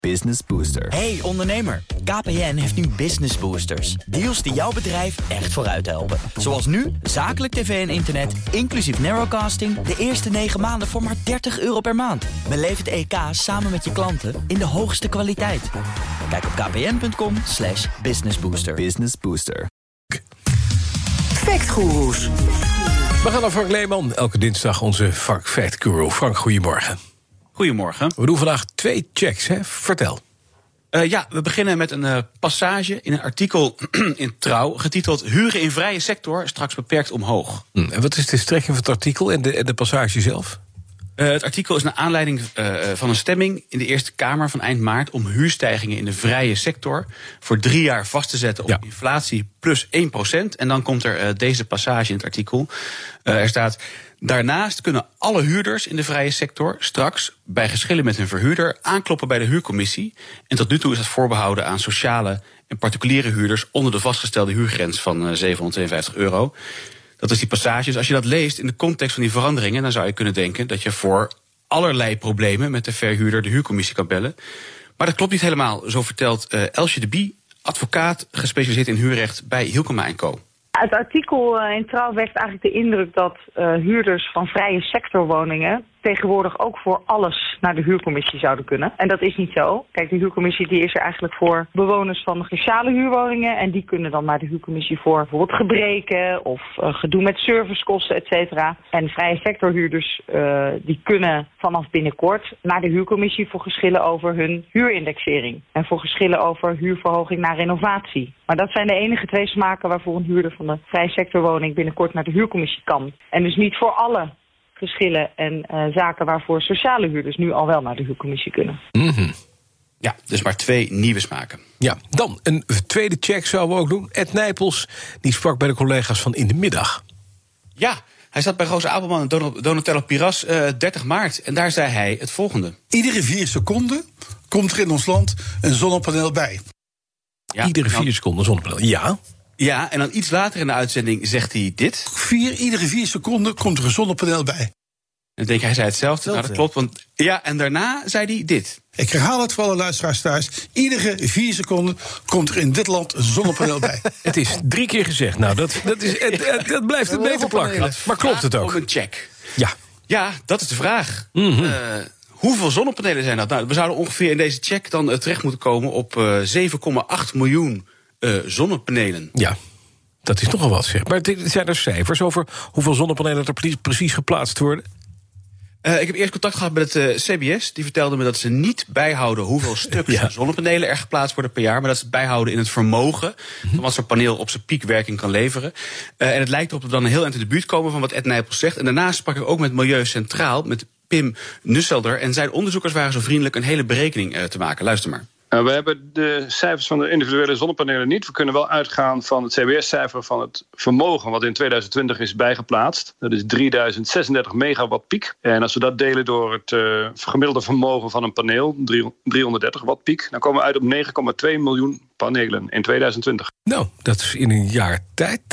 Business Booster. Hey ondernemer, KPN heeft nu Business Boosters. Deals die jouw bedrijf echt vooruit helpen. Zoals nu, zakelijk tv en internet, inclusief narrowcasting... de eerste 9 maanden voor maar €30 per maand. Beleef het EK samen met je klanten in de hoogste kwaliteit. Kijk op kpn.com/businessbooster. Business Booster. Factgoeroes. We gaan naar Frank Leeman, elke dinsdag onze Fact Guru. Frank, goedemorgen. Goedemorgen. We doen vandaag 2 checks, hè? Vertel. We beginnen met een passage in een artikel in Trouw... getiteld Huren in vrije sector straks beperkt omhoog. En wat is de strekking van het artikel en de passage zelf? Het artikel is naar aanleiding van een stemming in de Eerste Kamer van eind maart... om huurstijgingen in de vrije sector voor 3 jaar vast te zetten op inflatie plus 1%. En dan komt er deze passage in het artikel. Er staat... Daarnaast kunnen alle huurders in de vrije sector straks, bij geschillen met hun verhuurder, aankloppen bij de huurcommissie. En tot nu toe is dat voorbehouden aan sociale en particuliere huurders onder de vastgestelde huurgrens van €752. Dat is die passage. Dus als je dat leest in de context van die veranderingen, dan zou je kunnen denken dat je voor allerlei problemen met de verhuurder de huurcommissie kan bellen. Maar dat klopt niet helemaal, zo vertelt Elsje de Bie, advocaat gespecialiseerd in huurrecht bij Hielkema & Co. Het artikel in Trouw wekt eigenlijk de indruk dat huurders van vrije sectorwoningen tegenwoordig ook voor alles naar de huurcommissie zouden kunnen. En dat is niet zo. Kijk, de huurcommissie die is er eigenlijk voor bewoners van sociale huurwoningen. En die kunnen dan naar de huurcommissie voor bijvoorbeeld gebreken of gedoe met servicekosten, et cetera. En vrije sectorhuurders die kunnen vanaf binnenkort naar de huurcommissie voor geschillen over hun huurindexering. En voor geschillen over huurverhoging na renovatie. Maar dat zijn de enige 2 smaken waarvoor een huurder van de vrije sectorwoning binnenkort naar de huurcommissie kan. En dus niet voor alle geschillen en zaken waarvoor sociale huurders nu al wel naar de huurcommissie kunnen. Mm-hmm. Ja, dus maar 2 nieuwe smaken. Ja, dan een tweede check zouden we ook doen. Ed Nijpels, die sprak bij de collega's van In de Middag. Ja, hij zat bij Roos Abelman en Donatello Piras 30 maart. En daar zei hij het volgende. Iedere 4 seconden komt er in ons land een zonnepaneel bij. Ja, iedere 4 seconden een zonnepaneel, ja. Ja, en dan iets later in de uitzending zegt hij dit. Iedere 4 seconden komt er een zonnepaneel bij. En dan denk ik, hij zei hetzelfde. Nou, dat klopt, want ja, en daarna zei hij dit. Ik herhaal het voor alle luisteraars thuis. Iedere 4 seconden komt er in dit land een zonnepaneel bij. Het is 3 keer gezegd. Nou, dat blijft het beter plakken. Maar klopt het ook? Om een check. Ja, dat is de vraag. Mm-hmm. Hoeveel zonnepanelen zijn dat? Nou, we zouden ongeveer in deze check dan terecht moeten komen op 7,8 miljoen zonnepanelen. Ja, dat is nogal wat, zeg. Maar zijn er cijfers over hoeveel zonnepanelen er precies geplaatst worden? Ik heb eerst contact gehad met het CBS. Die vertelde me dat ze niet bijhouden hoeveel stuks zonnepanelen er geplaatst worden per jaar, maar dat ze het bijhouden in het vermogen van wat zo'n paneel op zijn piekwerking kan leveren. En het lijkt erop dat we dan heel eind in de buurt komen van wat Ed Nijpels zegt. En daarna sprak ik ook met Milieu Centraal, met Pim Nusselder. En zijn onderzoekers waren zo vriendelijk een hele berekening te maken. Luister maar. We hebben de cijfers van de individuele zonnepanelen niet. We kunnen wel uitgaan van het CBS-cijfer van het vermogen wat in 2020 is bijgeplaatst. Dat is 3036 megawatt piek. En als we dat delen door het gemiddelde vermogen van een paneel, 330 watt piek, dan komen we uit op 9,2 miljoen panelen in 2020. Nou, dat is in een jaar tijd.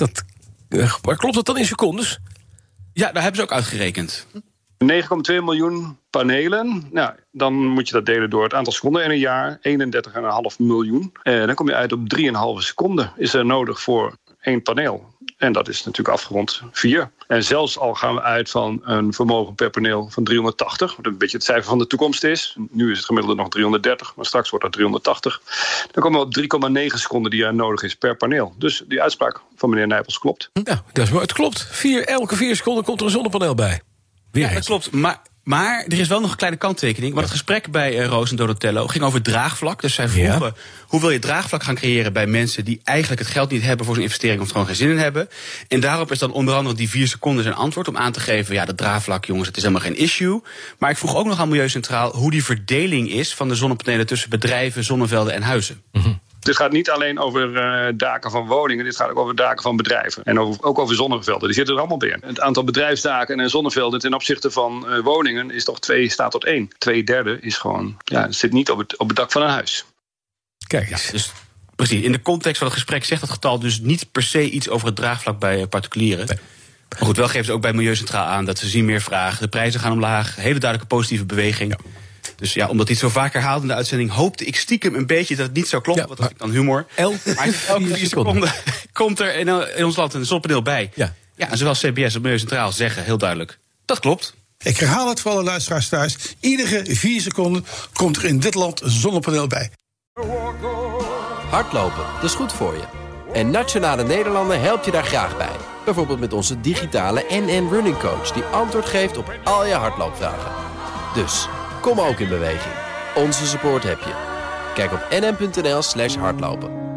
Maar klopt dat dan in secondes? Ja, daar hebben ze ook uitgerekend. 9,2 miljoen panelen. Nou, dan moet je dat delen door het aantal seconden in een jaar. 31,5 miljoen. Dan kom je uit op 3,5 seconden is er nodig voor 1 paneel. En dat is natuurlijk afgerond 4. En zelfs al gaan we uit van een vermogen per paneel van 380... wat een beetje het cijfer van de toekomst is. Nu is het gemiddelde nog 330, maar straks wordt dat 380. Dan komen we op 3,9 seconden die er nodig is per paneel. Dus die uitspraak van meneer Nijpels klopt. Nou, dat is mooi. Het klopt. Elke 4 seconden komt er een zonnepaneel bij. Ja, dat klopt. Maar er is wel nog een kleine kanttekening. Want het gesprek bij Roos en Donatello ging over draagvlak. Dus zij vroegen, hoe wil je draagvlak gaan creëren bij mensen die eigenlijk het geld niet hebben voor zo'n investering of er gewoon geen zin in hebben. En daarop is dan onder andere die 4 seconden zijn antwoord om aan te geven, ja, dat draagvlak, jongens, het is helemaal geen issue. Maar ik vroeg ook nog aan Milieu Centraal hoe die verdeling is van de zonnepanelen tussen bedrijven, zonnevelden en huizen. Mm-hmm. Dit gaat niet alleen over daken van woningen, dit gaat ook over daken van bedrijven. En ook over zonnevelden, die zitten er allemaal bij. Het aantal bedrijfsdaken en zonnevelden ten opzichte van woningen is toch 2 staat tot 1. 2/3 is gewoon, zit niet op het dak van een huis. Kijk eens. Ja, dus precies, in de context van het gesprek zegt dat getal dus niet per se iets over het draagvlak bij particulieren. Nee. Maar goed, wel geven ze ook bij Milieu Centraal aan dat ze zien meer vragen. De prijzen gaan omlaag, hele duidelijke positieve beweging. Ja. Dus ja, omdat hij het zo vaak herhaalde in de uitzending, hoopte ik stiekem een beetje dat het niet zou kloppen. Wat had ik dan humor. Maar elke 4 seconden komt er in ons land een zonnepaneel bij. Ja, en zowel CBS en Milieu Centraal zeggen heel duidelijk, dat klopt. Ik herhaal het voor alle luisteraars thuis. Iedere 4 seconden komt er in dit land een zonnepaneel bij. Hardlopen, dat is goed voor je. En Nationale Nederlanden helpt je daar graag bij. Bijvoorbeeld met onze digitale NN Running Coach, die antwoord geeft op al je hardloopvragen. Dus, kom ook in beweging. Onze support heb je. Kijk op nn.nl/hardlopen.